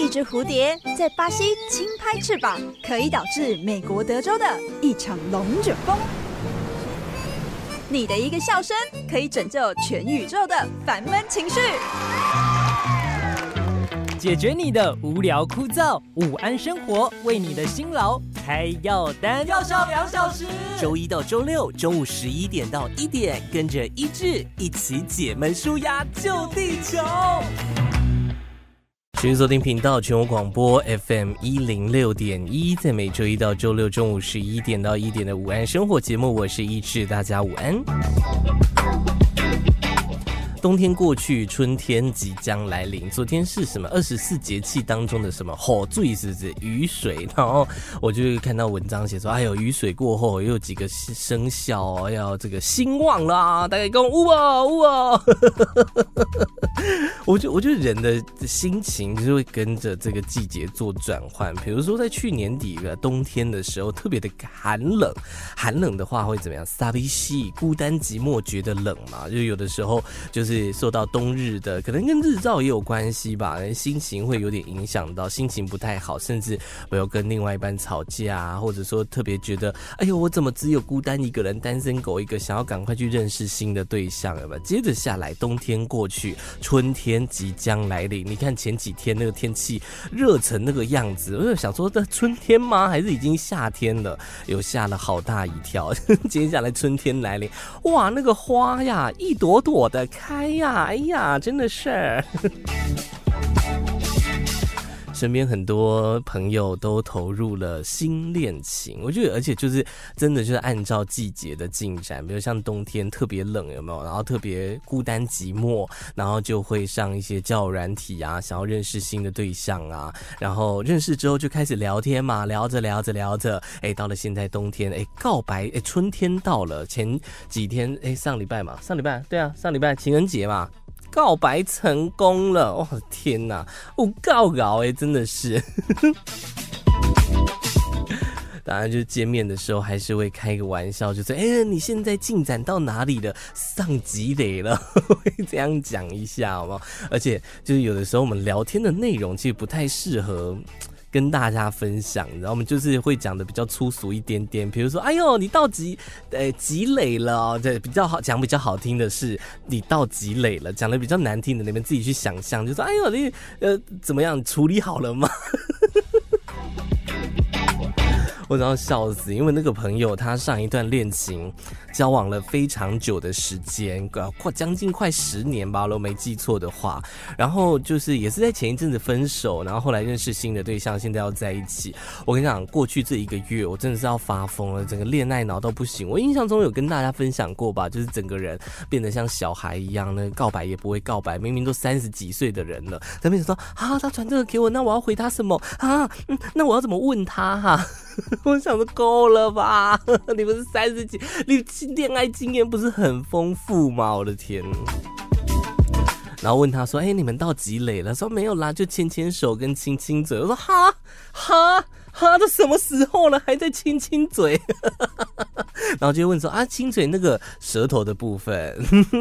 一只蝴蝶在巴西轻拍翅膀，可以导致美国德州的一场龙卷风。你的一个笑声可以拯救全宇宙的烦闷情绪。 解决你的无聊枯燥，午安生活为你的辛劳开药单， 药效2小时。 周一到周六中午11点到1点，跟着一志一起解闷舒压救地球。持续锁定频道全国广播 FM 106.1，在每周一到周六中午11点到1点的午安生活节目，我是一志，大家午安。冬天过去，春天即将来临。昨天是什么24节气当中的什么雨水，是不是雨水？然后我就看到文章写说，哎呦，雨水过后又有几个生肖要这个兴旺啦，大概跟呜哦。我觉得人的心情就是会跟着这个季节做转换。比如说在去年底的冬天的时候，特别的寒冷的话会怎么样？寂しい，孤单寂寞，觉得冷嘛。就有的时候就是受到冬日的，可能跟日照也有关系吧，心情会有点影响到，心情不太好，甚至我有跟另外一半吵架啊，或者说特别觉得，哎呦，我怎么只有孤单一个人，单身狗一个，想要赶快去认识新的对象了吧？接着下来，冬天过去，春天即将来临。你看前几天那个天气热成那个样子，我就想说，这春天吗？还是已经夏天了？有吓了好大一跳。接下来春天来临，哇，那个花呀，一朵朵的开呀，哎呀，真的是。身边很多朋友都投入了新恋情，我觉得，而且就是真的就是按照季节的进展，比如像冬天特别冷，有没有？然后特别孤单寂寞，然后就会上一些交友软体啊，想要认识新的对象啊，然后认识之后就开始聊天嘛，聊着，哎，到了现在冬天，哎，告白，哎，春天到了，前几天，哎，上礼拜，对啊，上礼拜情人节嘛。告白成功了，哇天哪，我告真的是。当然，就是见面的时候还是会开个玩笑，就是你现在进展到哪里了？上积累了，会这样讲一下，好不好？而且就是有的时候我们聊天的内容其实不太适合跟大家分享，然后我们就是会讲的比较粗俗一点点，比如说，哎呦，你到积累了哦，对，比较好讲，比较好听的是你到积累了，讲的比较难听的你们自己去想象，就说，哎呦，你怎么样处理好了吗？我想要笑死，因为那个朋友他上一段恋情交往了非常久的时间，将近快10年吧，如果没记错的话。然后就是也是在前一阵子分手，然后后来认识新的对象，现在要在一起。我跟你讲，过去这1个月我真的是要发疯了，整个恋爱脑到不行。我印象中有跟大家分享过吧，就是整个人变得像小孩一样，那告白也不会告白，明明都30几岁的人了，在那边说啊，他传这个给我，那我要回他什么啊？那我要怎么问他哈？我想说够了吧，你们是30几，你恋爱经验不是很丰富吗？我的天！然后问他说：“你们到几垒了？”说没有啦，就牵牵手跟亲亲嘴。我说：“哈，都什么时候了，还在亲亲嘴？”然后就问说：“啊，亲嘴那个舌头的部分。”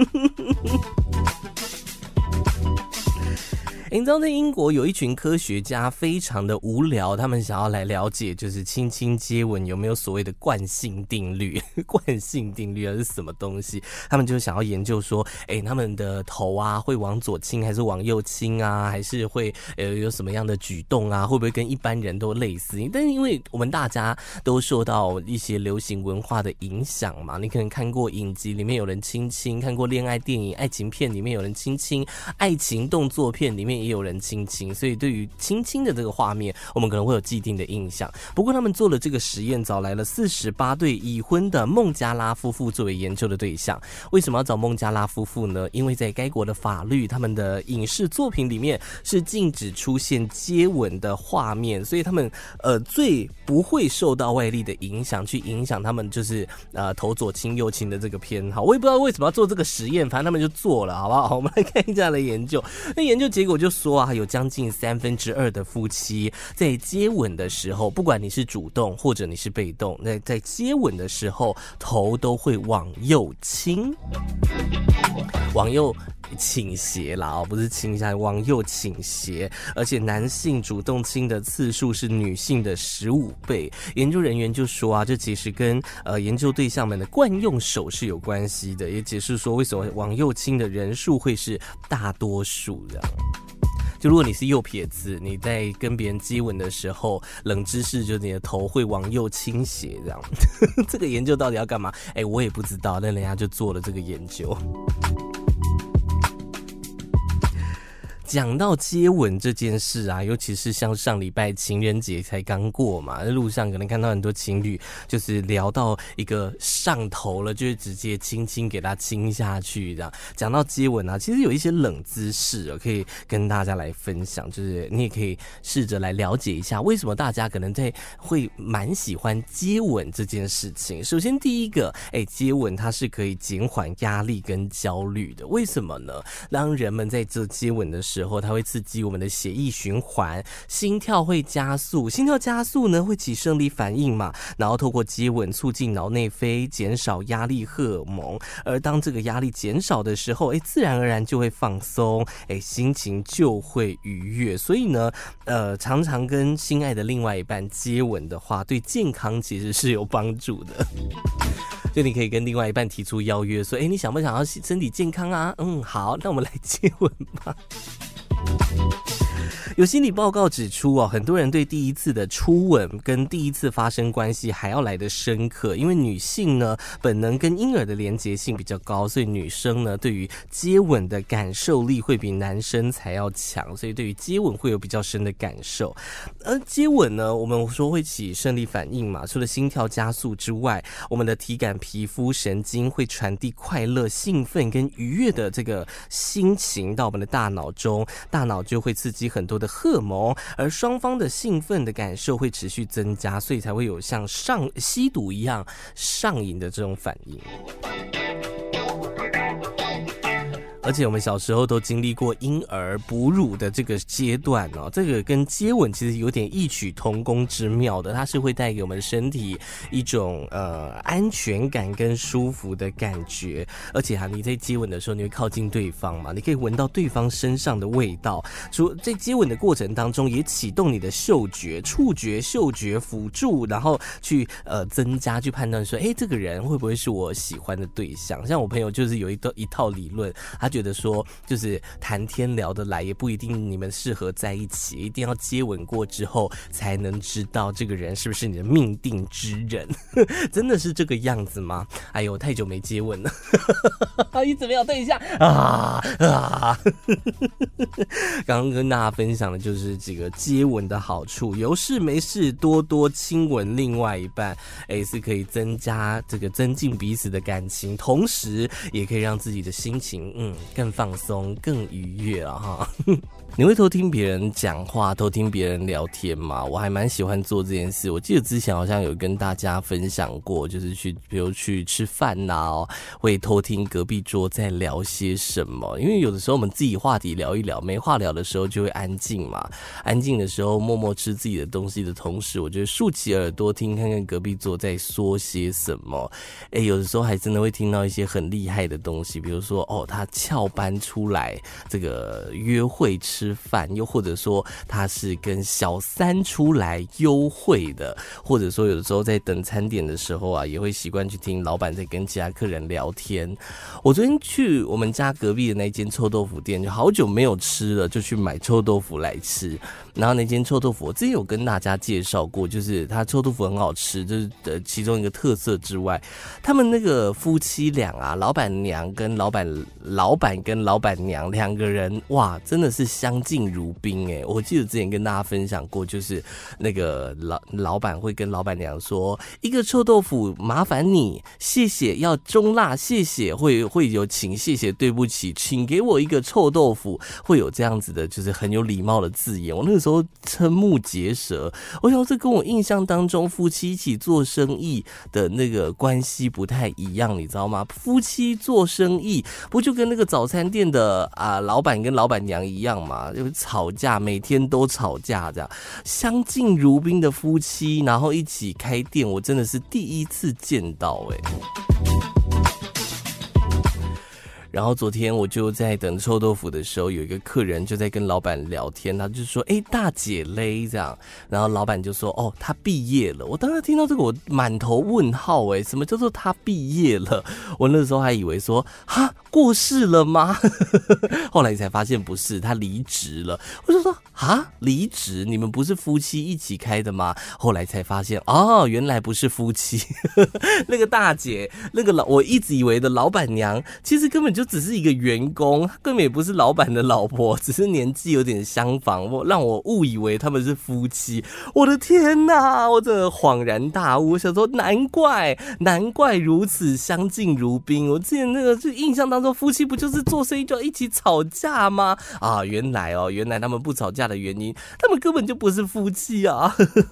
你知道在英国有一群科学家非常的无聊，他们想要来了解就是亲亲接吻有没有所谓的惯性定律。惯性定律是什么东西？他们就想要研究说，他们的头啊会往左倾还是往右倾啊，还是会有什么样的举动啊，会不会跟一般人都类似？但是因为我们大家都受到一些流行文化的影响嘛，你可能看过影集里面有人亲亲，看过恋爱电影、爱情片里面有人亲亲，爱情动作片里面也有人亲亲，所以对于亲亲的这个画面，我们可能会有既定的印象。不过他们做了这个实验，找来了48对已婚的孟加拉夫妇作为研究的对象。为什么要找孟加拉夫妇呢？因为在该国的法律，他们的影视作品里面是禁止出现接吻的画面，所以他们最不会受到外力的影响，去影响他们就是头左亲右亲的这个偏好。我也不知道为什么要做这个实验，反正他们就做了，好不好？我们来看一下的研究。那研究结果就就说啊，有将近2/3的夫妻在接吻的时候，不管你是主动或者你是被动，在接吻的时候头都会往右倾，往右倾斜啦，不是倾下来，往右倾斜，而且男性主动亲的次数是女性的15倍。研究人员就说啊，这其实跟研究对象们的惯用手是有关系的，也解释说为什么往右亲的人数会是大多数这样。就如果你是右撇子，你在跟别人接吻的时候，冷知识就是你的头会往右倾斜这样。这个研究到底要干嘛？我也不知道，但人家就做了这个研究。讲到接吻这件事啊，尤其是像上礼拜情人节才刚过嘛，在路上可能看到很多情侣就是聊到一个上头了，就是直接轻轻给他亲下去这样。讲到接吻啊，其实有一些冷知识可以跟大家来分享，就是你也可以试着来了解一下为什么大家可能会蛮喜欢接吻这件事情。首先第一个，接吻它是可以减缓压力跟焦虑的，为什么呢？当人们在这接吻的时候，它会刺激我们的血液循环，心跳会加速，心跳加速呢会起生理反应嘛，然后透过接吻促进脑内啡，减少压力荷尔蒙，而当这个压力减少的时候，自然而然就会放松，心情就会愉悦。所以呢，常常跟心爱的另外一半接吻的话，对健康其实是有帮助的。就你可以跟另外一半提出邀约，说，你想不想要身体健康啊？好，那我们来接吻吧。有心理报告指出很多人对第一次的初吻跟第一次发生关系还要来得深刻，因为女性呢本能跟婴儿的连结性比较高，所以女生呢对于接吻的感受力会比男生才要强，所以对于接吻会有比较深的感受。而接吻呢，我们说会起生理反应嘛，除了心跳加速之外，我们的体感皮肤神经会传递快乐、兴奋跟愉悦的这个心情到我们的大脑中，大脑就会刺激很多的荷尔蒙，而双方的兴奋的感受会持续增加，所以才会有像吸毒一样上瘾的这种反应。而且我们小时候都经历过婴儿哺乳的这个阶段这个跟接吻其实有点异曲同工之妙的，它是会带给我们身体一种安全感跟舒服的感觉。而且你在接吻的时候，你会靠近对方嘛，你可以闻到对方身上的味道。在接吻的过程当中，也启动你的嗅觉、触觉、嗅觉辅助，然后去增加去判断说，这个人会不会是我喜欢的对象。像我朋友就是有一套理论，他觉得说就是谈天聊得来，也不一定你们适合在一起，一定要接吻过之后才能知道这个人是不是你的命定之人。真的是这个样子吗？太久没接吻了。你怎么样？等一下刚刚跟大家分享的就是几个接吻的好处，有事没事多多亲吻另外一半，是可以增进彼此的感情，同时也可以让自己的心情更放松、更愉悦了哈。你会偷听别人讲话、偷听别人聊天吗？我还蛮喜欢做这件事。我记得之前好像有跟大家分享过，就是比如去吃饭会偷听隔壁桌在聊些什么。因为有的时候我们自己话题聊一聊，没话聊的时候就会安静嘛。安静的时候默默吃自己的东西的同时，我觉得竖起耳朵听看看隔壁桌在说些什么。有的时候还真的会听到一些很厉害的东西，比如说他翘班出来这个约会吃饭，又或者说他是跟小三出来幽会的，或者说有的时候在等餐点的时候也会习惯去听老板在跟其他客人聊天。我昨天去我们家隔壁的那间臭豆腐店，就好久没有吃了，就去买臭豆腐来吃。然后那间臭豆腐我之前有跟大家介绍过，就是它臭豆腐很好吃，就是其中一个特色之外，他们那个夫妻俩老板娘跟老板跟老板娘两个人，哇，真的是相敬如宾我记得之前跟大家分享过，就是那个老板会跟老板娘说，一个臭豆腐麻烦你，谢谢，要中辣，谢谢，会有请，谢谢，对不起，请给我一个臭豆腐，会有这样子的，就是很有礼貌的字眼。我那个时候瞠目结舌，我想这跟我印象当中夫妻一起做生意的那个关系不太一样，你知道吗？夫妻做生意不就跟那个早餐店的老板跟老板娘一样嘛，就吵架，每天都吵架，这样相敬如宾的夫妻，然后一起开店，我真的是第一次见到然后昨天我就在等臭豆腐的时候，有一个客人就在跟老板聊天，他就说大姐嘞这样，然后老板就说他毕业了。我当时听到这个我满头问号什么叫做他毕业了？我那时候还以为说过世了吗？后来才发现不是，他离职了。我就说离职？你们不是夫妻一起开的吗？后来才发现原来不是夫妻。那个大姐，我一直以为的老板娘，其实根本就只是一个员工，根本也不是老板的老婆，只是年纪有点相仿，让我误以为他们是夫妻。我的天哪，我真的恍然大悟，我想说难怪如此相敬如宾。我之前那个就印象当中，夫妻不就是做生意就要一起吵架吗？原来他们不吵架的原因，他们根本就不是夫妻啊。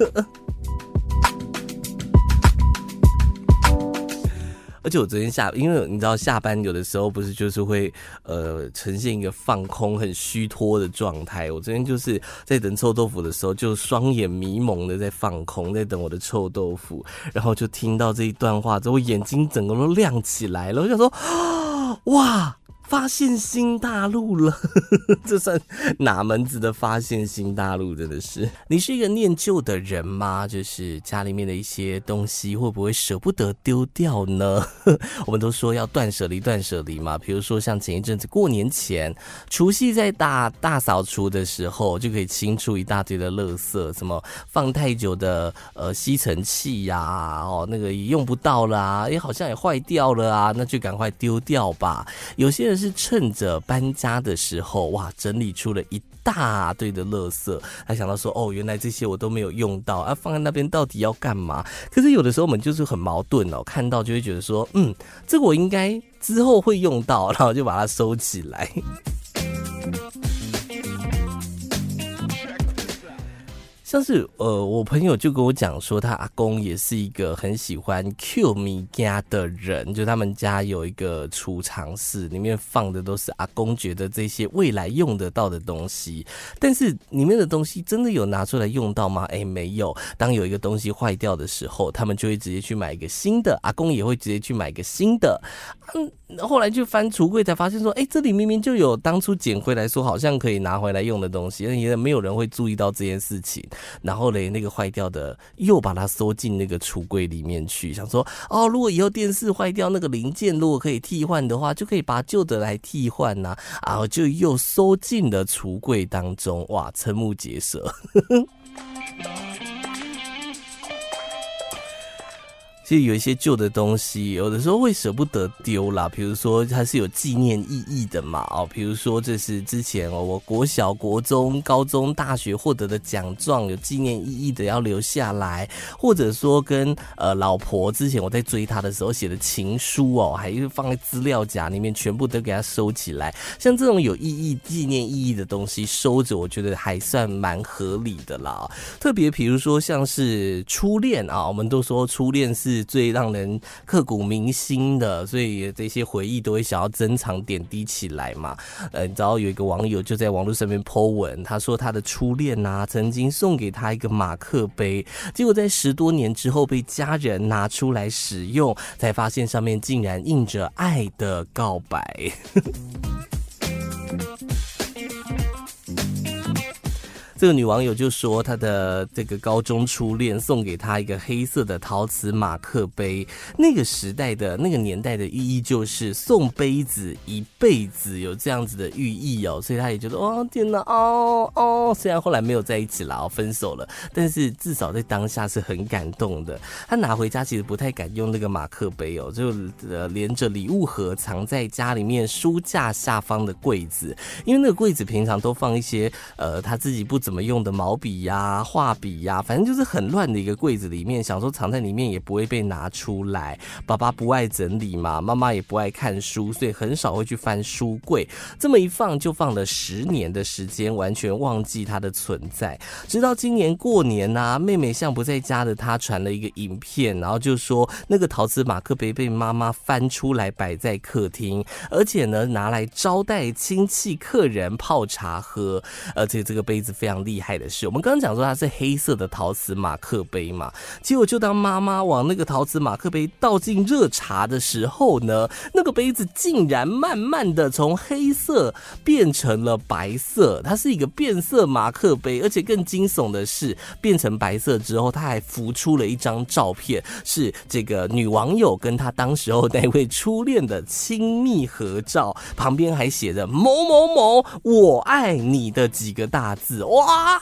而且我昨天因为你知道下班有的时候不是就是会呈现一个放空很虚脱的状态，我昨天就是在等臭豆腐的时候就双眼迷蒙的在放空，在等我的臭豆腐，然后就听到这一段话之后，我眼睛整个都亮起来了，我想说哇，发现新大陆了。这算哪门子的发现新大陆？真的是。你是一个念旧的人吗？就是家里面的一些东西会不会舍不得丢掉呢？我们都说要断舍离嘛，比如说像前一阵子过年前除夕在大扫除的时候，就可以清出一大堆的垃圾，什么放太久的吸尘器那个也用不到了好像也坏掉了那就赶快丢掉吧。有些人是趁着搬家的时候整理出了一大堆的垃圾，还想到说原来这些我都没有用到放在那边到底要干嘛？可是有的时候我们就是很矛盾看到就会觉得说这个我应该之后会用到，然后就把它收起来。像是我朋友就跟我讲说，他阿公也是一个很喜欢 Q 米家的人，就他们家有一个储藏室，里面放的都是阿公觉得这些未来用得到的东西，但是里面的东西真的有拿出来用到吗？没有。当有一个东西坏掉的时候，他们就会直接去买一个新的，阿公也会直接去买一个新的。后来就翻橱柜才发现说这里明明就有当初捡回来说好像可以拿回来用的东西，但也没有人会注意到这件事情。然后那个坏掉的又把它收进那个橱柜里面去，想说如果以后电视坏掉那个零件如果可以替换的话，就可以把旧的来替换就又收进了橱柜当中。哇，瞠目结舌。其实有一些旧的东西，有的时候会舍不得丢啦。比如说它是有纪念意义的嘛，比如说这是之前我国小、国中、高中、大学获得的奖状，有纪念意义的要留下来，或者说跟老婆之前我在追她的时候写的情书还放在资料夹里面，全部都给她收起来。像这种有意义、纪念意义的东西收着，我觉得还算蛮合理的啦。特别比如说像是初恋我们都说初恋是最让人刻骨铭心的，所以这些回忆都会想要珍藏点滴起来嘛。你知道有一个网友就在网络上面 po 文，他说他的初恋曾经送给他一个马克杯，结果在10多年之后被家人拿出来使用，才发现上面竟然印着爱的告白。这个女网友就说，她的这个高中初恋送给她一个黑色的陶瓷马克杯，那个时代的那个年代的意义就是送杯子一辈子，有这样子的寓意所以她也觉得天哪虽然后来没有在一起了分手了，但是至少在当下是很感动的。她拿回家其实不太敢用那个马克杯就连着礼物盒藏在家里面书架下方的柜子，因为那个柜子平常都放一些她自己不怎么用的毛笔呀、画笔呀，反正就是很乱的一个柜子里面，想说藏在里面也不会被拿出来。爸爸不爱整理嘛，妈妈也不爱看书，所以很少会去翻书柜。这么一放就放了10年的时间，完全忘记它的存在。直到今年过年啊，妹妹向不在家的她传了一个影片，然后就说那个陶瓷马克杯被妈妈翻出来摆在客厅，而且呢拿来招待亲戚客人泡茶喝。而且这个杯子非常厉害的是，我们刚刚讲说它是黑色的陶瓷马克杯嘛，结果就当妈妈往那个陶瓷马克杯倒进热茶的时候呢，那个杯子竟然慢慢的从黑色变成了白色，它是一个变色马克杯，而且更惊悚的是，变成白色之后，它还浮出了一张照片，是这个女网友跟她当时候那位初恋的亲密合照，旁边还写着某某某我爱你的几个大字，哇！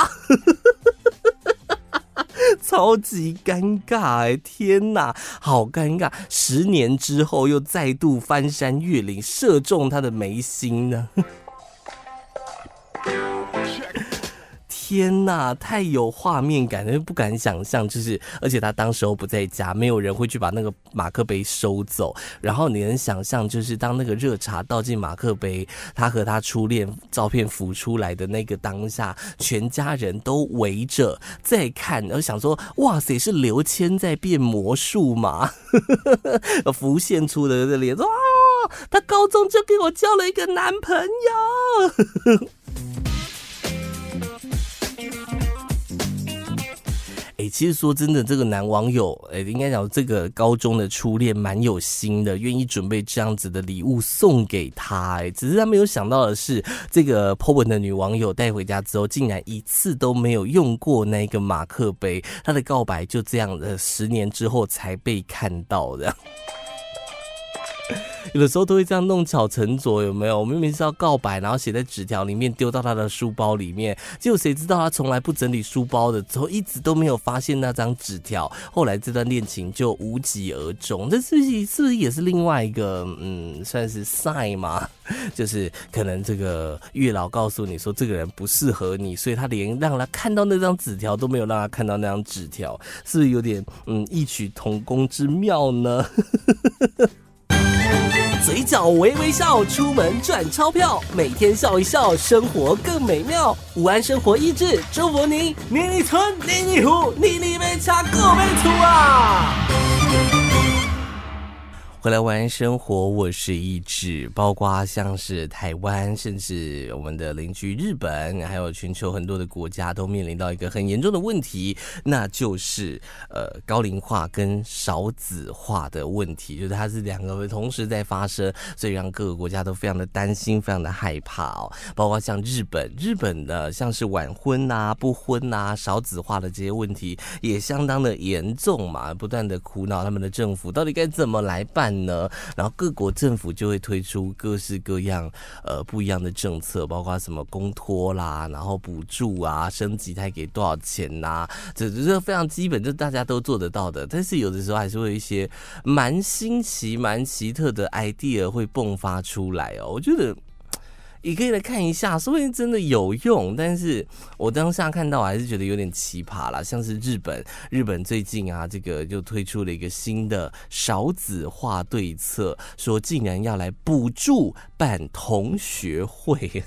超级尴尬天哪，好尴尬！10年之后又再度翻山越岭，射中他的眉心呢。天哪，太有画面感了，不敢想象，就是而且他当时候不在家，没有人会去把那个马克杯收走。然后你能想象，就是当那个热茶倒进马克杯，他和他初恋照片浮出来的那个当下，全家人都围着在看，然后想说，哇塞，是刘谦在变魔术吗？浮现出的这脸，哇，他高中就给我交了一个男朋友。其实说真的，这个男网友，应该讲这个高中的初恋蛮有心的，愿意准备这样子的礼物送给他。只是他没有想到的是，这个 po 文的女网友带回家之后，竟然一次都没有用过那个马克杯，他的告白就这样的10年之后才被看到的。有的时候都会这样弄巧成拙，有没有？我明明是要告白，然后写在纸条里面，丢到他的书包里面，结果谁知道他从来不整理书包的，之后一直都没有发现那张纸条。后来这段恋情就无疾而终。这是不是也是另外一个算是 sign 吗？就是可能这个月老告诉你说这个人不适合你，所以他连让他看到那张纸条都没有让他看到那张纸条，是不是有点异曲同工之妙呢？嘴角微微笑，出门赚钞票，每天笑一笑，生活更美妙。午安生活益智，祝福您年年春，年年虎，年年没差，各没出啊！回来晚安生活，我是益智，包括像是台湾，甚至我们的邻居日本，还有全球很多的国家都面临到一个很严重的问题，那就是高龄化跟少子化的问题，就是它是两个同时在发生，所以让各个国家都非常的担心，非常的害怕哦。包括像日本的像是晚婚啊、不婚啊、少子化的这些问题也相当的严重嘛，不断的苦恼他们的政府到底该怎么来办呢？然后各国政府就会推出各式各样不一样的政策，包括什么公托啦，然后补助啊，升级胎给多少钱呐，这是非常基本，就大家都做得到的。但是有的时候还是会有一些蛮新奇、蛮奇特的 idea 会迸发出来哦。我觉得也可以来看一下，说不定真的有用。但是我当下看到，我还是觉得有点奇葩啦。像是日本最近啊，这个就推出了一个新的少子化对策，说竟然要来补助办同学会。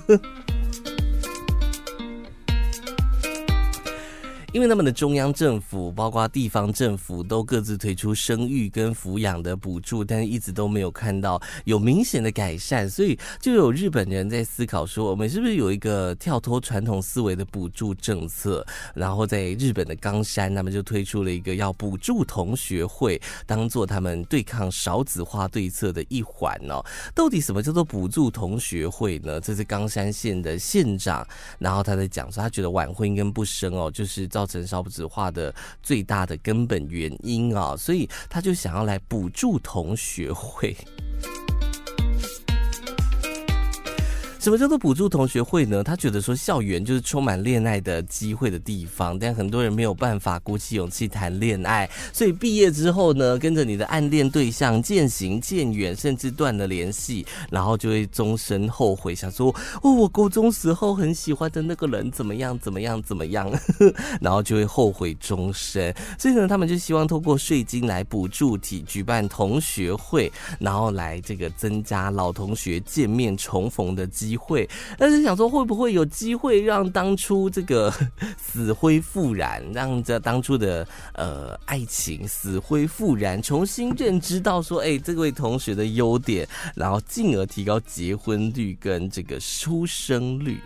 因为他们的中央政府包括地方政府都各自推出生育跟抚养的补助，但是一直都没有看到有明显的改善，所以就有日本人在思考说，我们是不是有一个跳脱传统思维的补助政策。然后在日本的冈山，他们就推出了一个要补助同学会，当做他们对抗少子化对策的一环哦。到底什么叫做补助同学会呢？这是冈山县的县长，然后他在讲说，他觉得晚婚跟不生哦，就是造成少子化的最大的根本原因啊，所以他就想要来补助同学会。 什么叫做补助同学会呢？他觉得说校园就是充满恋爱的机会的地方，但很多人没有办法鼓起勇气谈恋爱，所以毕业之后呢，跟着你的暗恋对象渐行渐远，甚至断了联系，然后就会终身后悔，想说我高中时候很喜欢的那个人怎么样怎么样怎么样然后就会后悔终身。所以呢，他们就希望透过税金来补助举办同学会，然后来这个增加老同学见面重逢的机会。但是想说会不会有机会让当初这个死灰复燃，让这当初的爱情死灰复燃，重新认知到说这位同学的优点，然后进而提高结婚率跟这个出生率。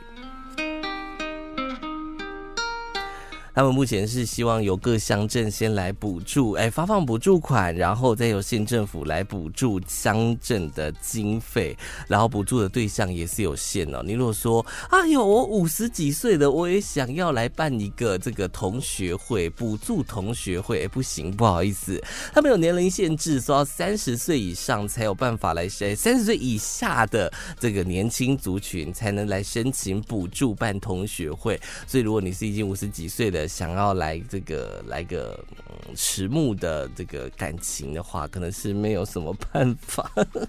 他们目前是希望由各乡镇先来补助，发放补助款，然后再由县政府来补助乡镇的经费，然后补助的对象也是有限哦。你如果说我50几岁的，我也想要来办一个这个同学会，补助同学会，不行，不好意思，他们有年龄限制，说要30岁以上才有办法来30岁以下的这个年轻族群才能来申请补助办同学会。所以如果你是已经50几岁的，想要来个迟暮的这个感情的话，可能是没有什么办法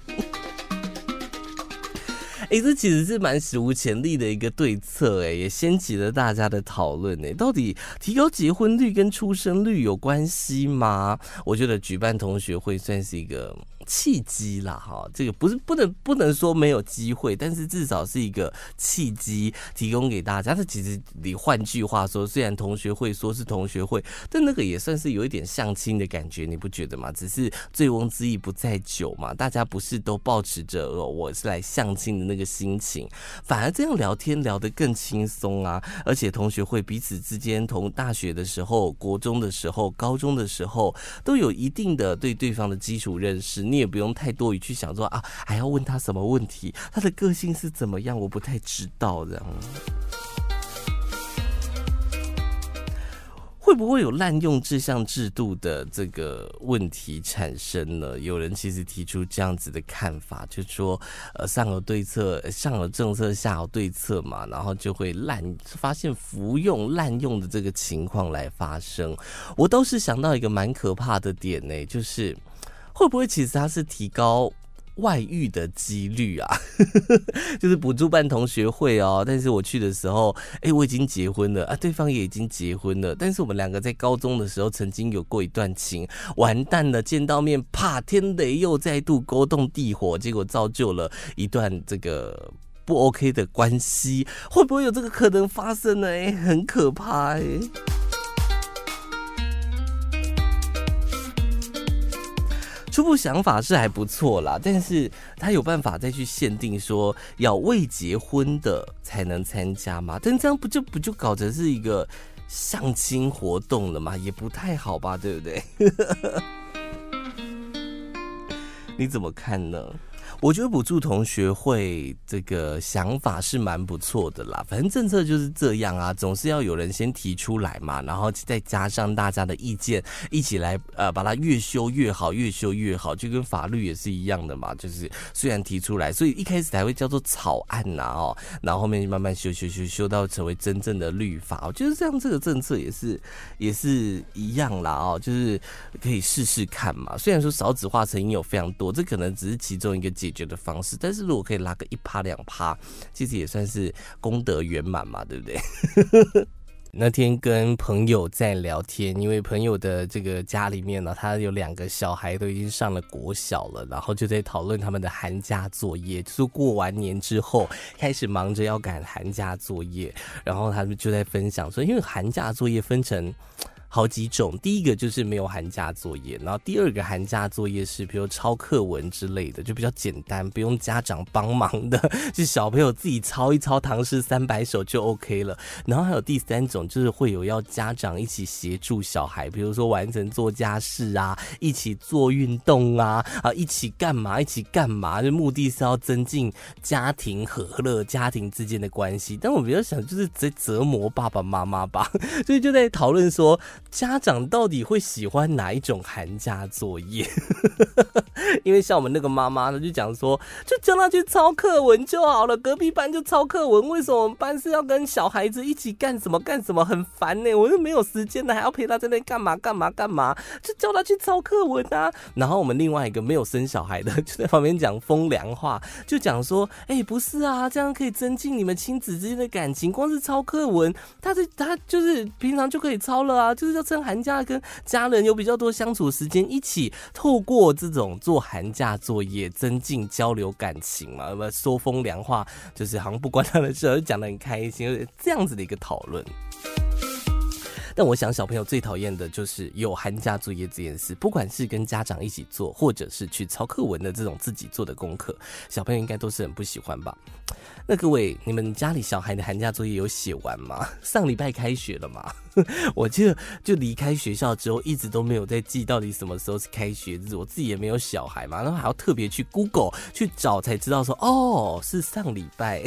这其实是蛮史无前例的一个对策也掀起了大家的讨论到底提高结婚率跟出生率有关系吗？我觉得举办同学会算是一个契机啦这个不能说没有机会，但是至少是一个契机提供给大家。这其实你换句话说，虽然同学会说是同学会，但那个也算是有一点相亲的感觉，你不觉得吗？只是醉翁之意不在酒嘛，大家不是都抱持着我是来相亲的那个心情，反而这样聊天聊得更轻松啊。而且同学会彼此之间，从大学的时候、国中的时候、高中的时候，都有一定的对对方的基础认识，你也不用太多余去想说还要问他什么问题，他的个性是怎么样，我不太知道这样。会不会有滥用这项制度的这个问题产生呢？有人其实提出这样子的看法，就是说上有对策，上有政策，下有对策嘛，然后就会发现服用滥用的这个情况来发生。我倒是想到一个蛮可怕的点就是会不会其实它是提高外遇的几率啊就是补助办同学会但是我去的时候我已经结婚了对方也已经结婚了，但是我们两个在高中的时候曾经有过一段情，完蛋了，见到面啪，天雷又再度勾动地火，结果造就了一段这个不 OK 的关系。会不会有这个可能发生呢？很可怕初步想法是还不错啦，但是他有办法再去限定说要未结婚的才能参加吗？但这样不就搞成是一个相亲活动了吗？也不太好吧，对不对？你怎么看呢？我觉得补助同学会这个想法是蛮不错的啦，反正政策就是这样啊，总是要有人先提出来嘛，然后再加上大家的意见，一起来把它越修越好，越修越好，就跟法律也是一样的嘛，就是虽然提出来，所以一开始才会叫做草案呐然后后面慢慢修到成为真正的律法。我觉得这样这个政策也是一样啦就是可以试试看嘛。虽然说少子化成因有非常多，这可能只是其中一个解决的方式，但是如果可以拉个1%、2%，其实也算是功德圆满嘛，对不对？那天跟朋友在聊天，因为朋友的这个家里面呢，他有2个小孩都已经上了国小了，然后就在讨论他们的寒假作业，就是过完年之后开始忙着要赶寒假作业，然后他们就在分享说，因为寒假作业分成好几种，第一个就是没有寒假作业，然后第二个寒假作业是比如抄课文之类的，就比较简单，不用家长帮忙的，就小朋友自己抄一抄唐诗300首就 OK 了。然后还有第3种，就是会有要家长一起协助小孩，比如说完成做家事啊，一起做运动啊，一起干嘛，就目的是要增进家庭和乐，家庭之间的关系。但我比较想就是在折磨爸爸妈妈吧，所以就在讨论说， 家长到底会喜欢哪一种寒假作业？因为像我们那个妈妈呢，就讲说，就叫他去抄课文就好了，隔壁班就抄课文，为什么我们班是要跟小孩子一起干什么，很烦呢？我又没有时间了，还要陪他在那干嘛，就叫他去抄课文啊。然后我们另外一个没有生小孩的，就在旁边讲风凉话，就讲说，不是啊，这样可以增进你们亲子之间的感情，光是抄课文，他就是平常就可以抄了啊，就是要趁寒假跟家人有比较多相处时间，一起透过这种做寒假作业增进交流感情嘛，说风凉话，就是好像不关他的事，就讲得很开心，这样子的一个讨论。但我想小朋友最讨厌的就是有寒假作业这件事，不管是跟家长一起做，或者是去抄课文的这种自己做的功课，小朋友应该都是很不喜欢吧。那各位，你们家里小孩的寒假作业有写完吗？上礼拜开学了嘛？我记得就离开学校之后，一直都没有在记到底什么时候是开学日。我自己也没有小孩嘛，然后还要特别去 Google 去找才知道说，哦，是上礼拜。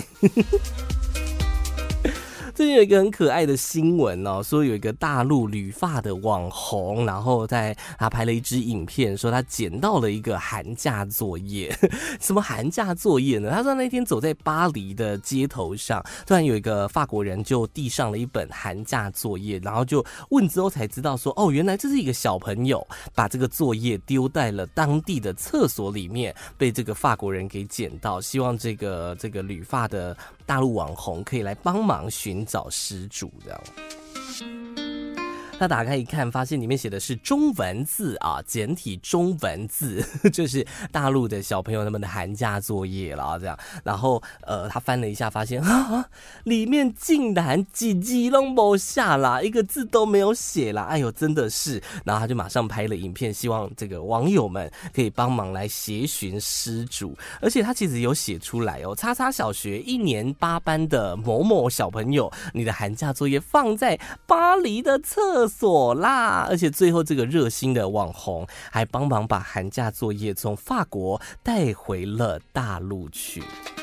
最近有一个很可爱的新闻哦，说有一个大陆理发的网红，然后他拍了一支影片，说他捡到了一个寒假作业。什么寒假作业呢？他说那天走在巴黎的街头上，突然有一个法国人就递上了一本寒假作业，然后就问之后才知道说，哦，原来这是一个小朋友把这个作业丢在了当地的厕所里面，被这个法国人给捡到，希望这个理发的大陆网红可以来帮忙寻找失主这样。他打开一看，发现里面写的是中文字啊，简体中文字，就是大陆的小朋友他们的寒假作业啦，这样。然后他翻了一下，发现里面竟然几字都没下啦，一个字都没有写啦，哎呦，真的是。然后他就马上拍了影片，希望这个网友们可以帮忙来协寻失主。而且他其实有写出来哦，叉叉小学1年8班的某某小朋友，你的寒假作业放在巴黎的厕所啦，而且最后这个热心的网红还帮忙把寒假作业从法国带回了大陆去。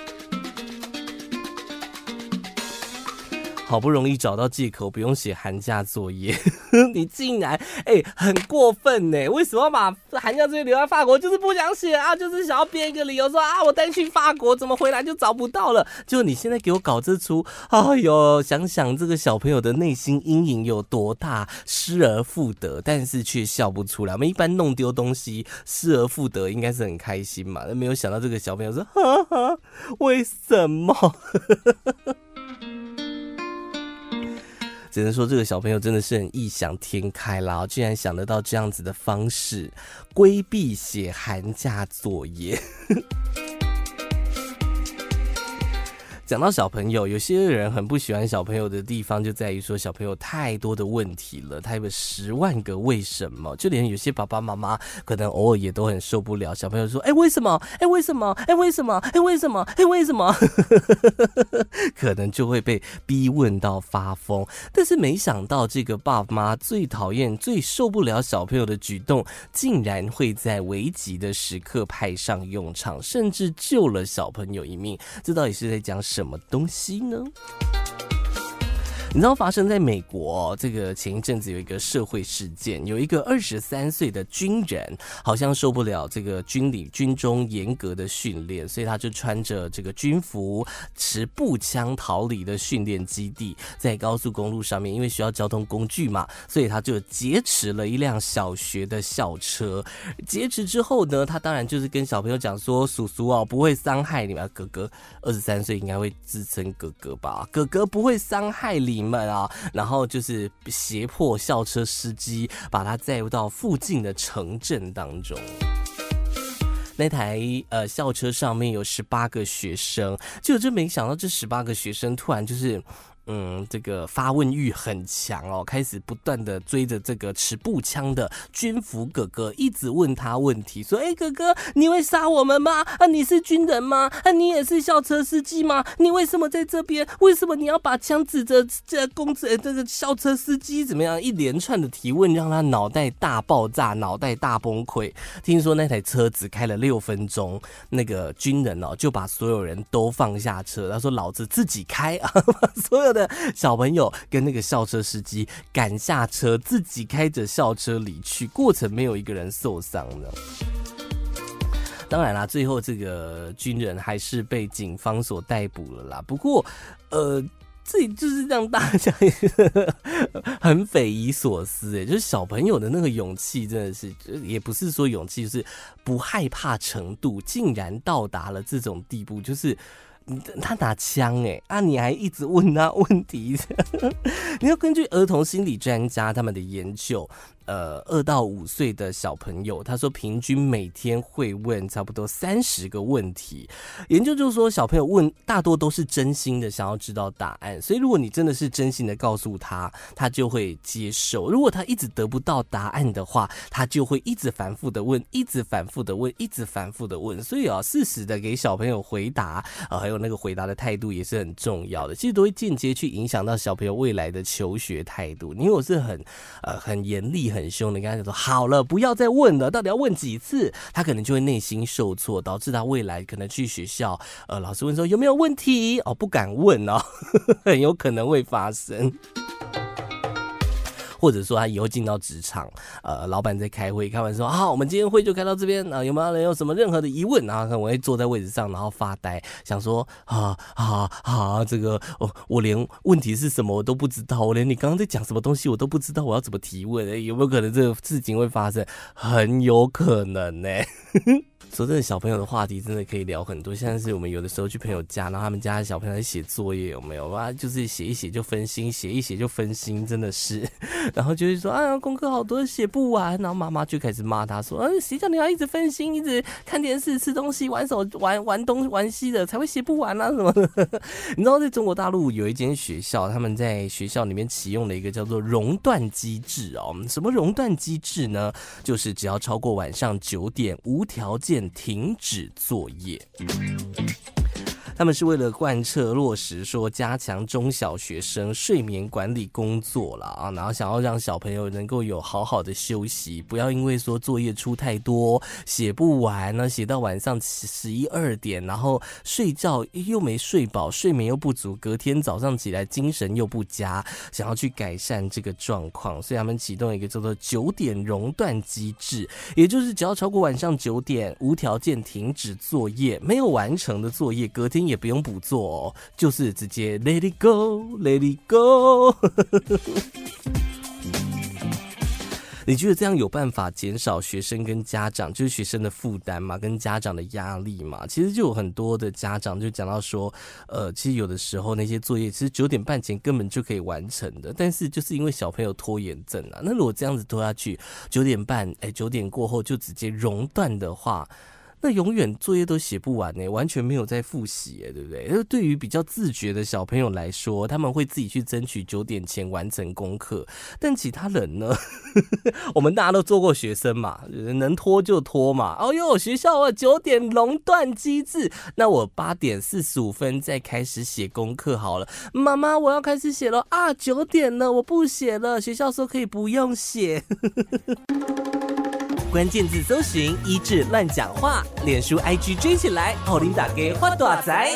好不容易找到借口不用写寒假作业，你竟然很过分呢！为什么要把寒假作业留在法国？就是不想写啊，就是想要编一个理由说啊，我带去法国，怎么回来就找不到了？就你现在给我搞这出，哎呦，想想这个小朋友的内心阴影有多大，失而复得，但是却笑不出来。我们一般弄丢东西，失而复得应该是很开心嘛，没有想到这个小朋友说，哈哈，为什么？只能说这个小朋友真的是很异想天开啦，居然想得到这样子的方式规避写寒假作业。讲到小朋友，有些人很不喜欢小朋友的地方就在于说小朋友太多的问题了，他有10万个为什么，就连有些爸爸妈妈可能偶尔也都很受不了小朋友说为什么为什么为什么为什么为什么可能就会被逼问到发疯。但是没想到这个爸妈最讨厌最受不了小朋友的举动，竟然会在危急的时刻派上用场，甚至救了小朋友一命。这到底是在讲什么东西呢？你知道发生在美国这个前一阵子有一个社会事件，有一个23岁的军人好像受不了这个军中严格的训练，所以他就穿着这个军服，持步枪逃离的训练基地，在高速公路上面，因为需要交通工具嘛，所以他就劫持了一辆小学的校车。劫持之后呢，他当然就是跟小朋友讲说，叔叔哦，不会伤害你们，哥哥23岁应该会自称哥哥吧，哥哥不会伤害你们啊，然后就是胁迫校车司机把他载到附近的城镇当中。那台校车上面有18个学生，结果就没想到这18个学生突然就是这个发问欲很强哦，开始不断的追着这个持步枪的军服哥哥，一直问他问题，说哥哥，你会杀我们吗？你是军人吗？你也是校车司机吗？你为什么在这边？为什么你要把枪指着这个校车司机？怎么样？一连串的提问让他脑袋大爆炸，脑袋大崩溃。听说那台车子开了6分钟，那个军人就把所有人都放下车，他说老子自己开啊，把所有有的小朋友跟那个校车司机赶下车，自己开着校车离去，过程没有一个人受伤的。当然啦，最后这个军人还是被警方所逮捕了啦。不过，这就是让大家很匪夷所思就是小朋友的那个勇气真的是，也不是说勇气，就是不害怕程度竟然到达了这种地步，就是他拿枪你还一直问他问题你要根据儿童心理专家他们的研究，2到5岁的小朋友，他说平均每天会问差不多30个问题。研究就是说，小朋友问大多都是真心的想要知道答案，所以如果你真的是真心的告诉他，他就会接受。如果他一直得不到答案的话，他就会一直反复的问，一直反复的问，一直反复的问。所以适时的给小朋友回答，还有那个回答的态度也是很重要的。其实都会间接去影响到小朋友未来的求学态度。你如果是很严厉、很凶的跟他讲说好了，不要再问了，到底要问几次？他可能就会内心受挫，导致他未来可能去学校，老师问说有没有问题不敢问很有可能会发生。或者说他以后进到职场，老板在开会，开完说好，我们今天会就开到这边有没有人有什么任何的疑问？然后我会坐在位置上，然后发呆，想说这个我连问题是什么我都不知道，我连你刚刚在讲什么东西我都不知道，我要怎么提问？有没有可能这个事情会发生？很有可能说真的，小朋友的话题真的可以聊很多。像是我们有的时候去朋友家，然后他们家的小朋友在写作业，有没有就是写一写就分心，写一写就分心，真的是。然后就会说功课好多写不完，然后妈妈就开始骂他说谁叫你要一直分心，一直看电视吃东西玩东玩西的才会写不完什么的。你知道在中国大陆有一间学校，他们在学校里面启用了一个叫做熔断机制什么熔断机制呢？就是只要超过晚上9点无条件停止作业。他们是为了贯彻落实说加强中小学生睡眠管理工作啦然后想要让小朋友能够有好好的休息，不要因为说作业出太多写不完写到晚上11、2点，然后睡觉又没睡饱，睡眠又不足，隔天早上起来精神又不佳，想要去改善这个状况，所以他们启动一个叫做9点熔断机制，也就是只要超过晚上9点无条件停止作业，没有完成的作业隔天也不用补做就是直接 let it go let it go 你觉得这样有办法减少学生跟家长，就是学生的负担嘛，跟家长的压力嘛？其实就有很多的家长就讲到说，其实有的时候那些作业其实9点半前根本就可以完成的，但是就是因为小朋友拖延症那如果这样子拖下去，9点半9点过后就直接熔断的话，那永远作业都写不完完全没有在复习对不对？对于比较自觉的小朋友来说，他们会自己去争取9点前完成功课，但其他人呢我们大家都做过学生嘛，能拖就拖嘛。学校9点熔断机制，那我8点45分再开始写功课好了。妈妈，我要开始写了9点了，我不写了，学校说可以不用写关键字搜寻一志乱讲话，脸书 IG 追起来，琳达给花大仔。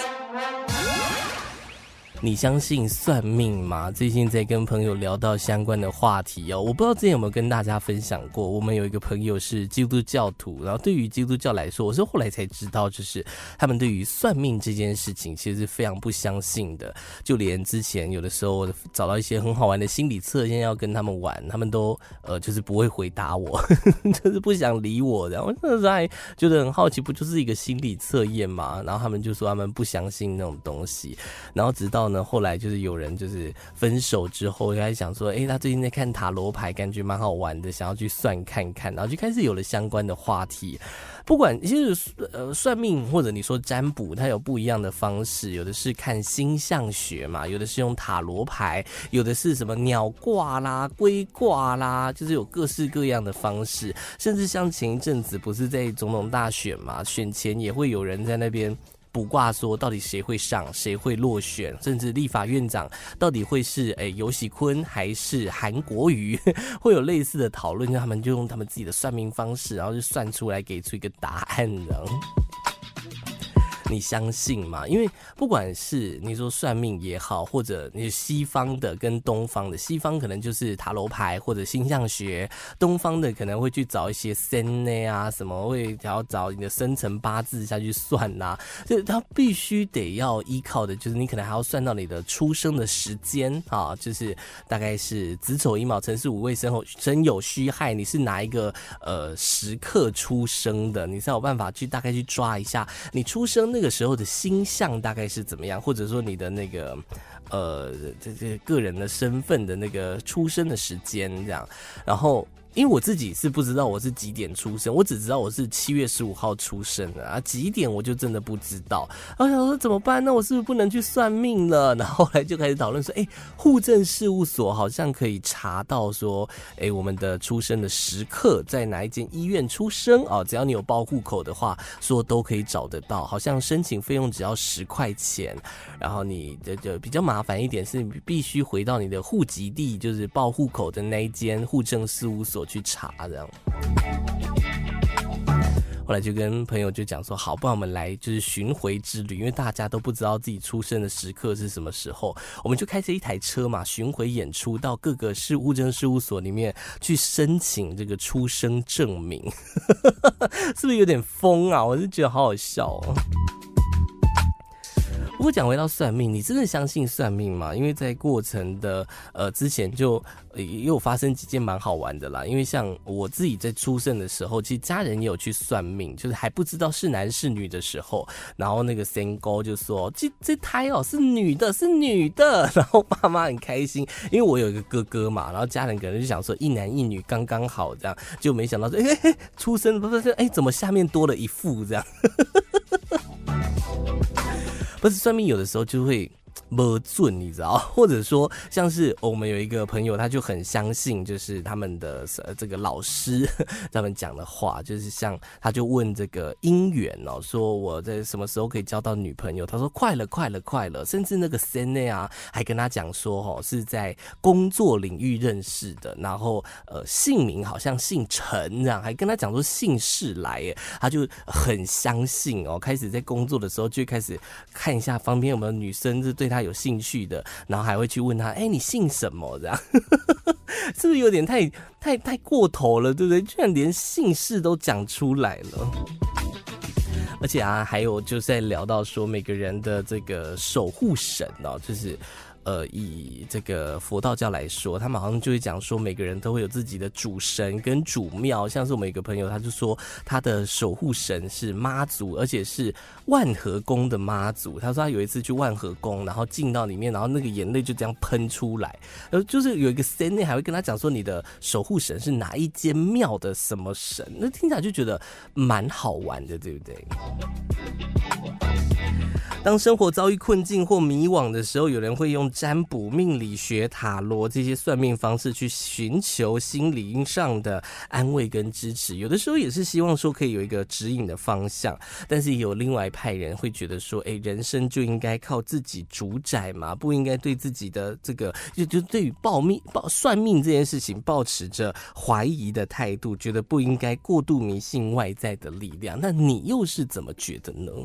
你相信算命吗？最近在跟朋友聊到相关的话题我不知道之前有没有跟大家分享过，我们有一个朋友是基督教徒，然后对于基督教来说，我是后来才知道，就是他们对于算命这件事情其实是非常不相信的，就连之前有的时候找到一些很好玩的心理测验要跟他们玩，他们都就是不会回答我就是不想理我，然后那时候还觉得很好奇，不就是一个心理测验吗？然后他们就说他们不相信那种东西，然后直到后来就是有人就是分手之后就开始想说他最近在看塔罗牌，感觉蛮好玩的，想要去算看看，然后就开始有了相关的话题。不管其实算命或者你说占卜，它有不一样的方式，有的是看星象学嘛，有的是用塔罗牌，有的是什么鸟卦啦、龟卦啦，就是有各式各样的方式。甚至像前一阵子不是在总统大选嘛，选前也会有人在那边卜卦说到底谁会上谁会落选，甚至立法院长到底会是游锡堃还是韩国瑜会有类似的讨论，他们就用他们自己的算命方式，然后就算出来给出一个答案你相信吗？因为不管是你说算命也好，或者你西方的跟东方的，西方可能就是塔罗牌或者星象学，东方的可能会去找一些仙内啊什么，会要找你的生辰八字下去算啊，就它必须得要依靠的就是你可能还要算到你的出生的时间啊，就是大概是子丑寅卯辰巳午未申酉戌亥，你是哪一个时刻出生的，你才有办法去大概去抓一下你出生那个时候的星象大概是怎么样，或者说你的那个这个人的身份的那个出生的时间这样，然后。因为我自己是不知道我是几点出生，我只知道我是7月15号出生的啊，几点我就真的不知道。然后想说怎么办？那我是不是不能去算命了？然后后来就开始讨论说，户政事务所好像可以查到说，我们的出生的时刻在哪一间医院出生啊？只要你有报户口的话，说都可以找得到。好像申请费用只要10块钱，然后你的比较麻烦一点是，你必须回到你的户籍地，就是报户口的那一间户政事务所去查这样。后来就跟朋友就讲说，好，不然我们来就是巡回之旅，因为大家都不知道自己出生的时刻是什么时候，我们就开着一台车嘛，巡回演出到各个户政事务所里面去申请这个出生证明，是不是有点疯啊？我就觉得好好笑哦。不过讲回到算命，你真的相信算命吗？因为在过程的之前就也有发生几件蛮好玩的啦。因为像我自己在出生的时候，其实家人也有去算命，就是还不知道是男是女的时候，然后那个仙姑就说这胎是女的，是女的，然后爸妈很开心，因为我有一个哥哥嘛，然后家人可能就想说一男一女刚刚好这样，就没想到说出生不是怎么下面多了一副这样。不是算命有的时候就会没准，你知道，或者说像是我们有一个朋友，他就很相信，就是他们的这个老师他们讲的话，就是像他就问这个姻缘哦，说我在什么时候可以交到女朋友？他说快了，甚至那个森内啊还跟他讲说是在工作领域认识的，然后姓名好像姓陈这样，还跟他讲说姓氏来耶，他就很相信哦，开始在工作的时候就开始看一下旁边有没有女生是对他有兴趣的，然后还会去问他，你姓什么？这样是不是有点太过头了，对不对？居然连姓氏都讲出来了。而且啊，还有就是在聊到说每个人的这个守护神哦，就是以这个佛道教来说，他们好像就会讲说每个人都会有自己的主神跟主庙，像是我们有一个朋友他就说他的守护神是妈祖，而且是万和宫的妈祖。他说他有一次去万和宫，然后进到里面，然后那个眼泪就这样喷出来，然后就是有一个神内还会跟他讲说你的守护神是哪一间庙的什么神，那听起来就觉得蛮好玩的，对不对？当生活遭遇困境或迷惘的时候，有人会用占卜、命理学、塔罗这些算命方式去寻求心灵上的安慰跟支持，有的时候也是希望说可以有一个指引的方向，但是也有另外一派人会觉得说人生就应该靠自己主宰嘛，不应该对自己的这个就对于算命这件事情抱持着怀疑的态度，觉得不应该过度迷信外在的力量。那你又是怎么觉得呢？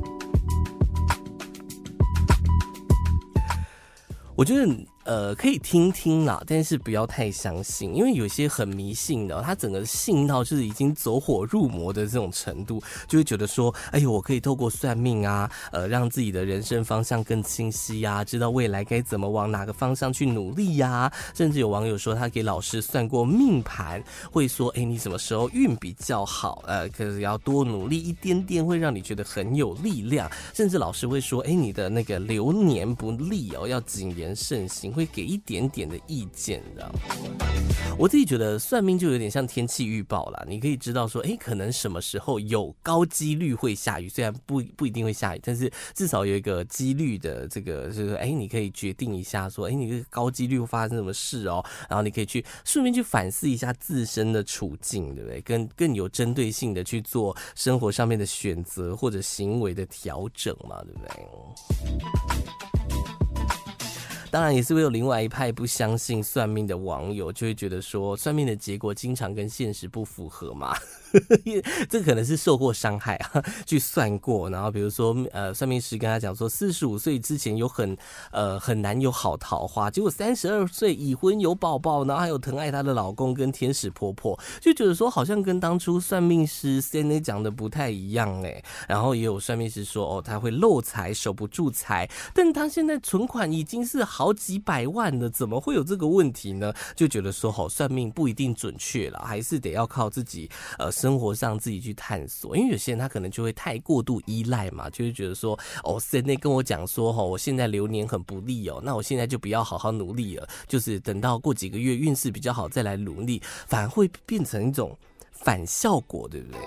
我觉得可以听听啦，但是不要太相信，因为有些很迷信的，他整个信到就是已经走火入魔的这种程度，就会觉得说，我可以透过算命啊，让自己的人生方向更清晰啊，知道未来该怎么往哪个方向去努力啊。甚至有网友说，他给老师算过命盘，会说，你什么时候运比较好，可是要多努力一点点，会让你觉得很有力量。甚至老师会说，你的那个流年不利哦，要谨言慎行，会给一点点的意见的。我自己觉得算命就有点像天气预报啦，你可以知道说，可能什么时候有高几率会下雨，虽然不一定会下雨，但是至少有一个几率的这个，就是你可以决定一下说，你这个高几率会发生什么事哦，然后你可以去顺便去反思一下自身的处境，对不对？更有针对性的去做生活上面的选择或者行为的调整嘛，对不对？ 当然也是会有另外一派不相信算命的网友，就会觉得说算命的结果经常跟现实不符合嘛。这可能是受过伤害啊，去算过，然后比如说算命师跟他讲说45岁之前有很难有好桃花，结果32岁已婚有宝宝，然后还有疼爱她的老公跟天使婆婆，就觉得说好像跟当初算命师 CNA 讲的不太一样然后也有算命师说他会漏财守不住财，但他现在存款已经是好几百万了，怎么会有这个问题呢？就觉得说算命不一定准确啦，还是得要靠自己生活上自己去探索，因为有些人他可能就会太过度依赖嘛，就会觉得说CNA 跟我讲说我现在流年很不利那我现在就不要好好努力了，就是等到过几个月运势比较好再来努力，反而会变成一种反效果，对不对？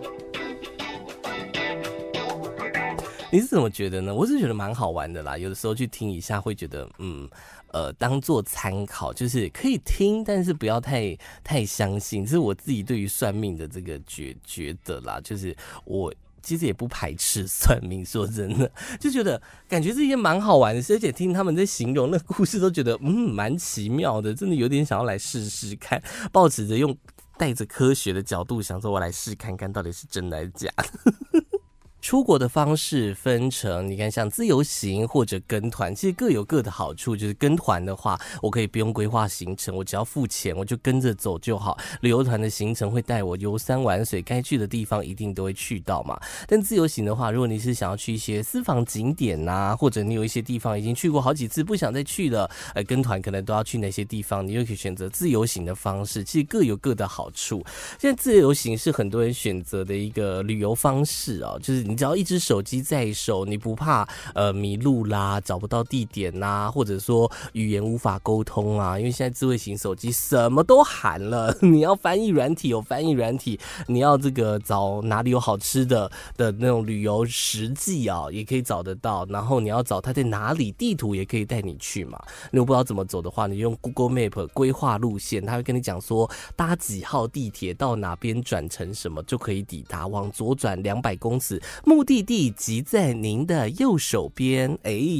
你是怎么觉得呢？我是觉得蛮好玩的啦，有的时候去听一下会觉得当做参考，就是可以听，但是不要太相信，这是我自己对于算命的这个觉得啦，就是我其实也不排斥算命，说真的，就觉得感觉这些蛮好玩的，而且听他们在形容那个故事都觉得蛮奇妙的，真的有点想要来试试看，抱持着带着科学的角度想说我来试看看到底是真的还是假的。出国的方式分成，你看像自由行或者跟团，其实各有各的好处。就是跟团的话，我可以不用规划行程，我只要付钱，我就跟着走就好。旅游团的行程会带我游山玩水，该去的地方一定都会去到嘛。但自由行的话，如果你是想要去一些私房景点或者你有一些地方已经去过好几次，不想再去了，跟团可能都要去哪些地方，你又可以选择自由行的方式。其实各有各的好处。现在自由行是很多人选择的一个旅游方式就是你只要一只手机在手，你不怕迷路啦，找不到地点啦，或者说语言无法沟通因为现在智慧型手机什么都含了，你要翻译软体有翻译软体，你要这个找哪里有好吃的那种旅游实际也可以找得到，然后你要找它在哪里，地图也可以带你去嘛。你不知道怎么走的话，你用 Google Map 规划路线，它会跟你讲说搭几号地铁到哪边转乘什么就可以抵达，往左转200公尺，目的地即在您的右手边。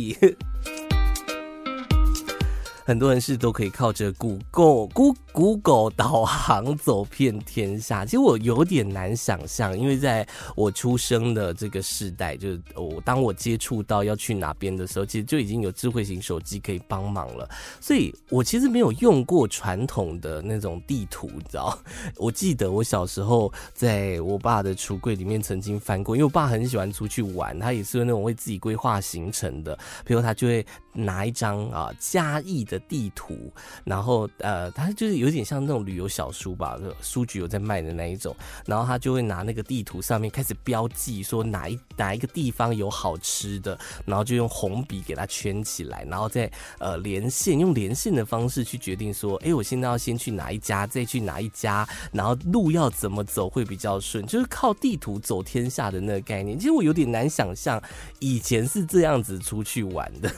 很多人是都可以靠着 Google 导航走遍天下。其实我有点难想象，因为在我出生的这个世代，就是当我接触到要去哪边的时候，其实就已经有智慧型手机可以帮忙了，所以我其实没有用过传统的那种地图，你知道？我记得我小时候在我爸的橱柜里面曾经翻过，因为我爸很喜欢出去玩，他也是那种为自己规划行程的，比如他就会拿一张嘉义的地图，然后他就是有点像那种旅游小书吧，书局有在卖的那一种，然后他就会拿那个地图上面开始标记说哪一个地方有好吃的，然后就用红笔给它圈起来，然后再用连线的方式去决定说我现在要先去哪一家，再去哪一家，然后路要怎么走会比较顺，就是靠地图走天下的那个概念。其实我有点难想象以前是这样子出去玩的。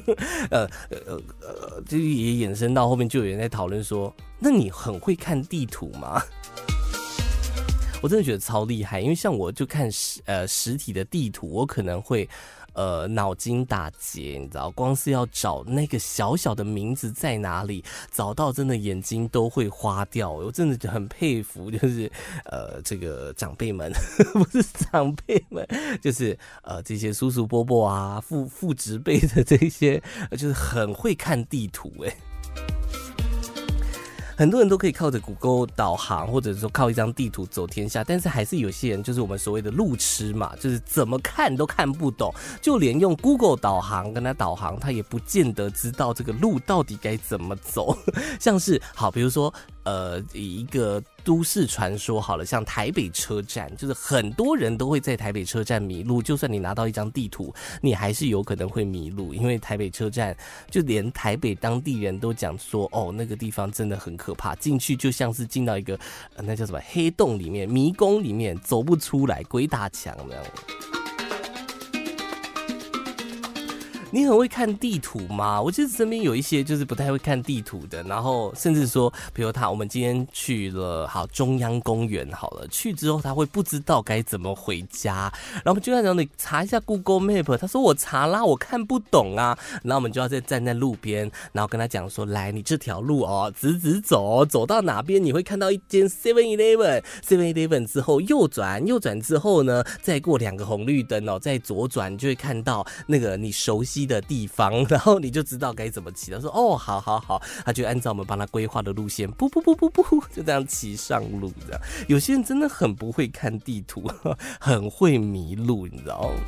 就也衍生到后面就有人在讨论说，那你很会看地图吗？我真的觉得超厉害，因为像我就看实体的地图，我可能会脑筋打结，你知道，光是要找那个小小的名字在哪里，找到真的眼睛都会花掉。我真的很佩服，就是这个长辈们，不是长辈们，就是这些叔叔伯伯父执辈的这些，就是很会看地图很多人都可以靠着 Google 导航，或者说靠一张地图走天下，但是还是有些人就是我们所谓的路痴嘛，就是怎么看都看不懂，就连用 Google 导航跟他导航，他也不见得知道这个路到底该怎么走。像是比如说以一个都市传说好了，像台北车站，就是很多人都会在台北车站迷路，就算你拿到一张地图，你还是有可能会迷路，因为台北车站就连台北当地人都讲说那个地方真的很可怕，进去就像是进到一个那叫什么黑洞里面，迷宫里面，走不出来，鬼打墙那样。 你很会看地图吗？我记得身边有一些就是不太会看地图的，然后甚至说，比如我们今天去了中央公园好了，去之后他会不知道该怎么回家，然后我们就要讲你查一下 Google Map， 他说我查啦，我看不懂啊，然后我们就要再站在路边，然后跟他讲说，来，你这条路哦，直走，走到哪边你会看到一间 7-Eleven 之后右转之后呢，再过2个红绿灯哦，再左转，你就会看到那个你熟悉的地方，然后你就知道该怎么骑。他说哦，好，他就按照我们帮他规划的路线，不，就这样骑上路这样。有些人真的很不会看地图，很会迷路，你知道吗？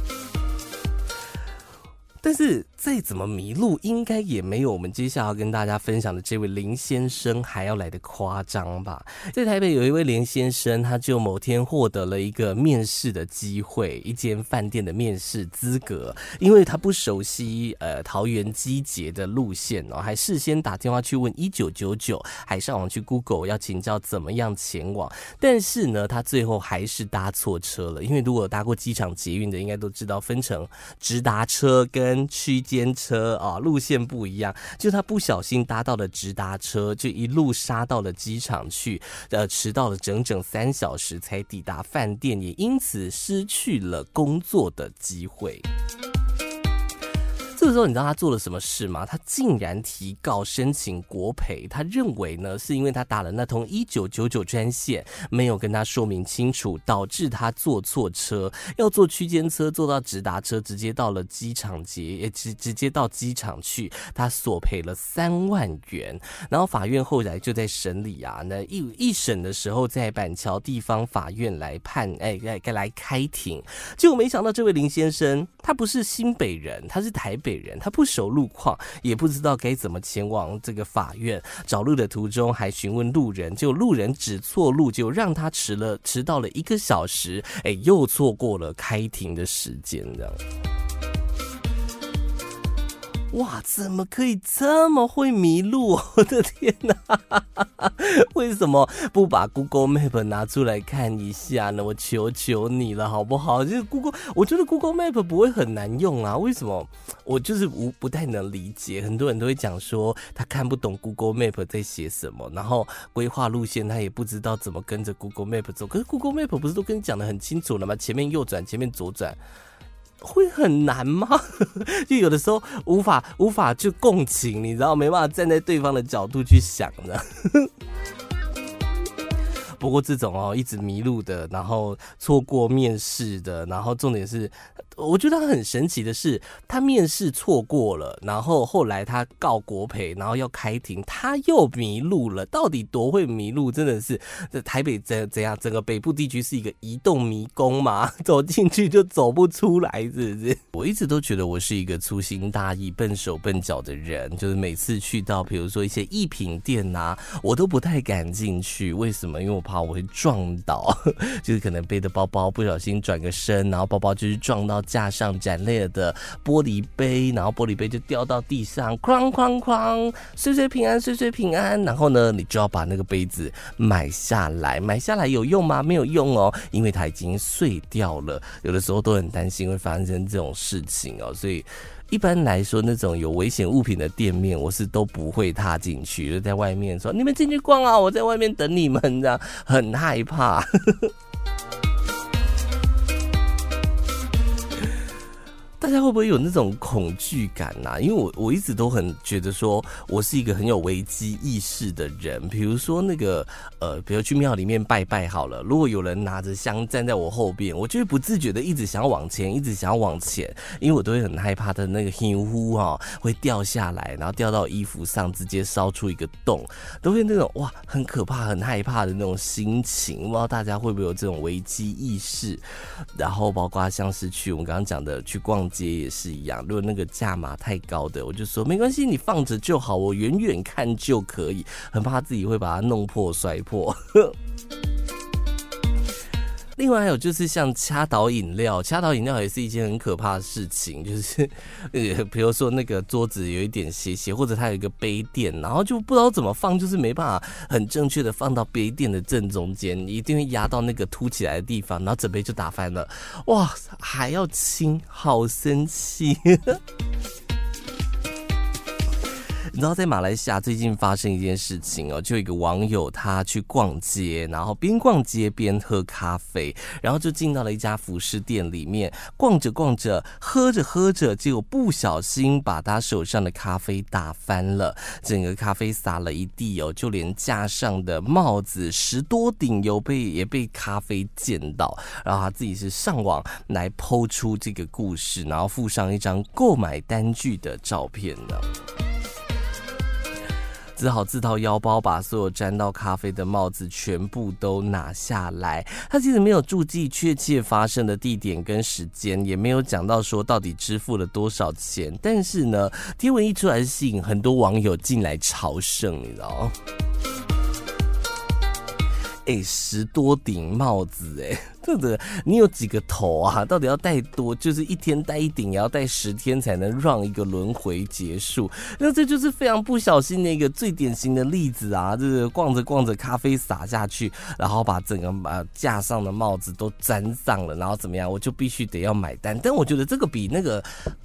但是再怎么迷路，应该也没有我们接下来要跟大家分享的这位林先生还要来的夸张吧。在台北有一位林先生，他就某天获得了一个面试的机会，一间饭店的面试资格，因为他不熟悉桃园机捷的路线哦，还事先打电话去问1999，还上网去 Google 要请教怎么样前往。但是呢，他最后还是搭错车了，因为如果搭过机场捷运的，应该都知道分成直达车跟区间车啊，路线不一样，就他不小心搭到了直达车，就一路杀到了机场去，迟到了整整3小时才抵达饭店，也因此失去了工作的机会。这个时候你知道他做了什么事吗？他竟然提告申请国赔。他认为呢，是因为他打了那通1999专线没有跟他说明清楚，导致他坐错车，要坐区间车坐到直达车，直接到了机场直接到机场去，他索赔了3万元。然后法院后来就在审理啊，那一审的时候在板桥地方法院来来开庭，结果没想到这位林先生他不是新北人，他是台北人，他不熟路况，也不知道该怎么前往这个法院。找路的途中还询问路人，就路人指错路，就让他迟到了1个小时，又错过了开庭的时间，这样。哇，怎么可以这么会迷路？我的天哪！为什么不把 Google Map 拿出来看一下呢？我求求你了，好不好？就是我觉得 Google Map 不会很难用啊。为什么？我就是不太能理解。很多人都会讲说他看不懂 Google Map 在写什么，然后规划路线他也不知道怎么跟着 Google Map 走。可是 Google Map 不是都跟你讲得很清楚了吗？前面右转，前面左转。会很难吗？就有的时候无法去共情，你知道，没办法站在对方的角度去想的。不过这种一直迷路的，然后错过面试的，然后重点是，我觉得他很神奇的是，他面试错过了，然后后来他告国赔，然后要开庭，他又迷路了。到底多会迷路？真的是台北怎样？整个北部地区是一个移动迷宫嘛？走进去就走不出来，是不是？我一直都觉得我是一个粗心大意、笨手笨脚的人，就是每次去到比如说一些艺品店啊，我都不太敢进去。为什么？因为我怕我会撞倒，就是可能背着包包不小心转个身，然后包包就是撞到架上展裂的玻璃杯，然后玻璃杯就掉到地上，哐哐哐，岁岁平安，岁岁平安。然后呢，你就要把那个杯子买下来，买下来有用吗？没有用哦，因为它已经碎掉了。有的时候都很担心会发生这种事情哦，所以一般来说，那种有危险物品的店面，我是都不会踏进去，就在外面说：“你们进去逛啊，我在外面等你们。”这样很害怕。大家会不会有那种恐惧感啊？因为我一直都很觉得说我是一个很有危机意识的人。比如说那个比如去庙里面拜拜好了，如果有人拿着香站在我后边，我就会不自觉的一直想要往前，一直想要往前，因为我都会很害怕的那个香灰会掉下来，然后掉到衣服上，直接烧出一个洞，都会那种哇很可怕、很害怕的那种心情。不知道大家会不会有这种危机意识？然后包括像是我们刚刚讲的去逛街也是一样，如果那个价码太高的，我就说没关系，你放着就好，我远远看就可以，很怕自己会把它弄破摔破。 另外还有就是像掐倒饮料也是一件很可怕的事情，就是比如说那个桌子有一点斜，或者它有一个杯垫，然后就不知道怎么放，就是没办法很正确的放到杯垫的正中间，一定会压到那个凸起来的地方，然后整杯就打翻了，哇，还要清，好生气。你知道在马来西亚最近发生一件事情哦，就有一个网友他去逛街，然后边逛街边喝咖啡，然后就进到了一家服饰店里面，逛着逛着，喝着喝着，结果不小心把他手上的咖啡打翻了，整个咖啡洒了一地哦，就连架上的帽子10多顶也被咖啡溅到，然后他自己是上网来po出这个故事，然后附上一张购买单据的照片呢。只好自掏腰包把所有沾到咖啡的帽子全部都拿下来。他其实没有注记确切发生的地点跟时间，也没有讲到说到底支付了多少钱。但是呢，贴文一出来吸引很多网友进来朝圣，你知道吗？10多顶帽子这个你有几个头啊？到底要戴多？就是一天戴一顶，也要戴10天才能让一个轮回结束。那这就是非常不小心的一个最典型的例子啊！这个逛着逛着，咖啡洒下去，然后把整个架上的帽子都沾上了，然后怎么样？我就必须得要买单。但我觉得这个比那个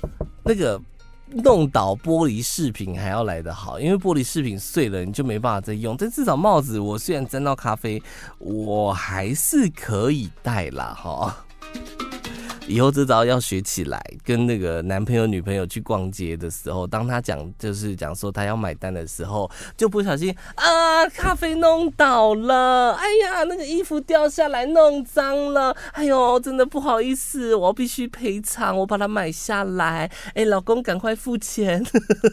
弄倒玻璃饰品还要来得好，因为玻璃饰品碎了你就没办法再用，但至少帽子我虽然沾到咖啡，我还是可以戴啦齁。以后这招要学起来，跟那个男朋友女朋友去逛街的时候，当他讲说他要买单的时候，就不小心咖啡弄倒了，哎呀那个衣服掉下来弄脏了，哎呦真的不好意思，我必须赔偿，我把它买下来，老公赶快付钱。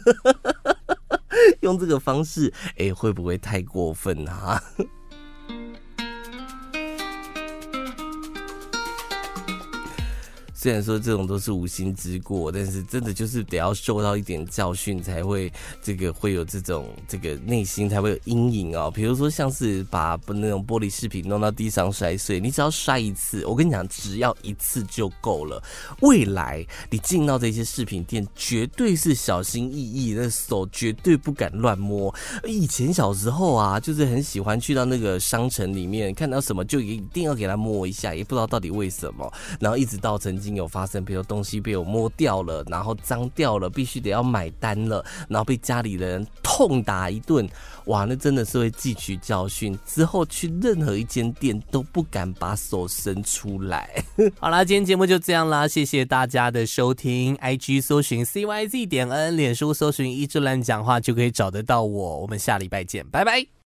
用这个方式会不会太过分啊？虽然说这种都是无心之过，但是真的就是得要受到一点教训，才会会有这个内心才会有阴影哦。比如说像是把那种玻璃饰品弄到地上摔碎，你只要摔一次，我跟你讲，只要一次就够了。未来你进到这些饰品店，绝对是小心翼翼的，手绝对不敢乱摸。以前小时候啊，就是很喜欢去到那个商城里面，看到什么就一定要给它摸一下，也不知道到底为什么，然后一直到曾经有发生，比如东西被我摸掉了，然后脏掉了，必须得要买单了，然后被家里的人痛打一顿，哇，那真的是会汲取教训，之后去任何一间店都不敢把手伸出来。好啦，今天节目就这样啦，谢谢大家的收听。IG 搜寻 CYZ.N， 脸书搜寻一只兰讲话就可以找得到我，我们下礼拜见，拜拜。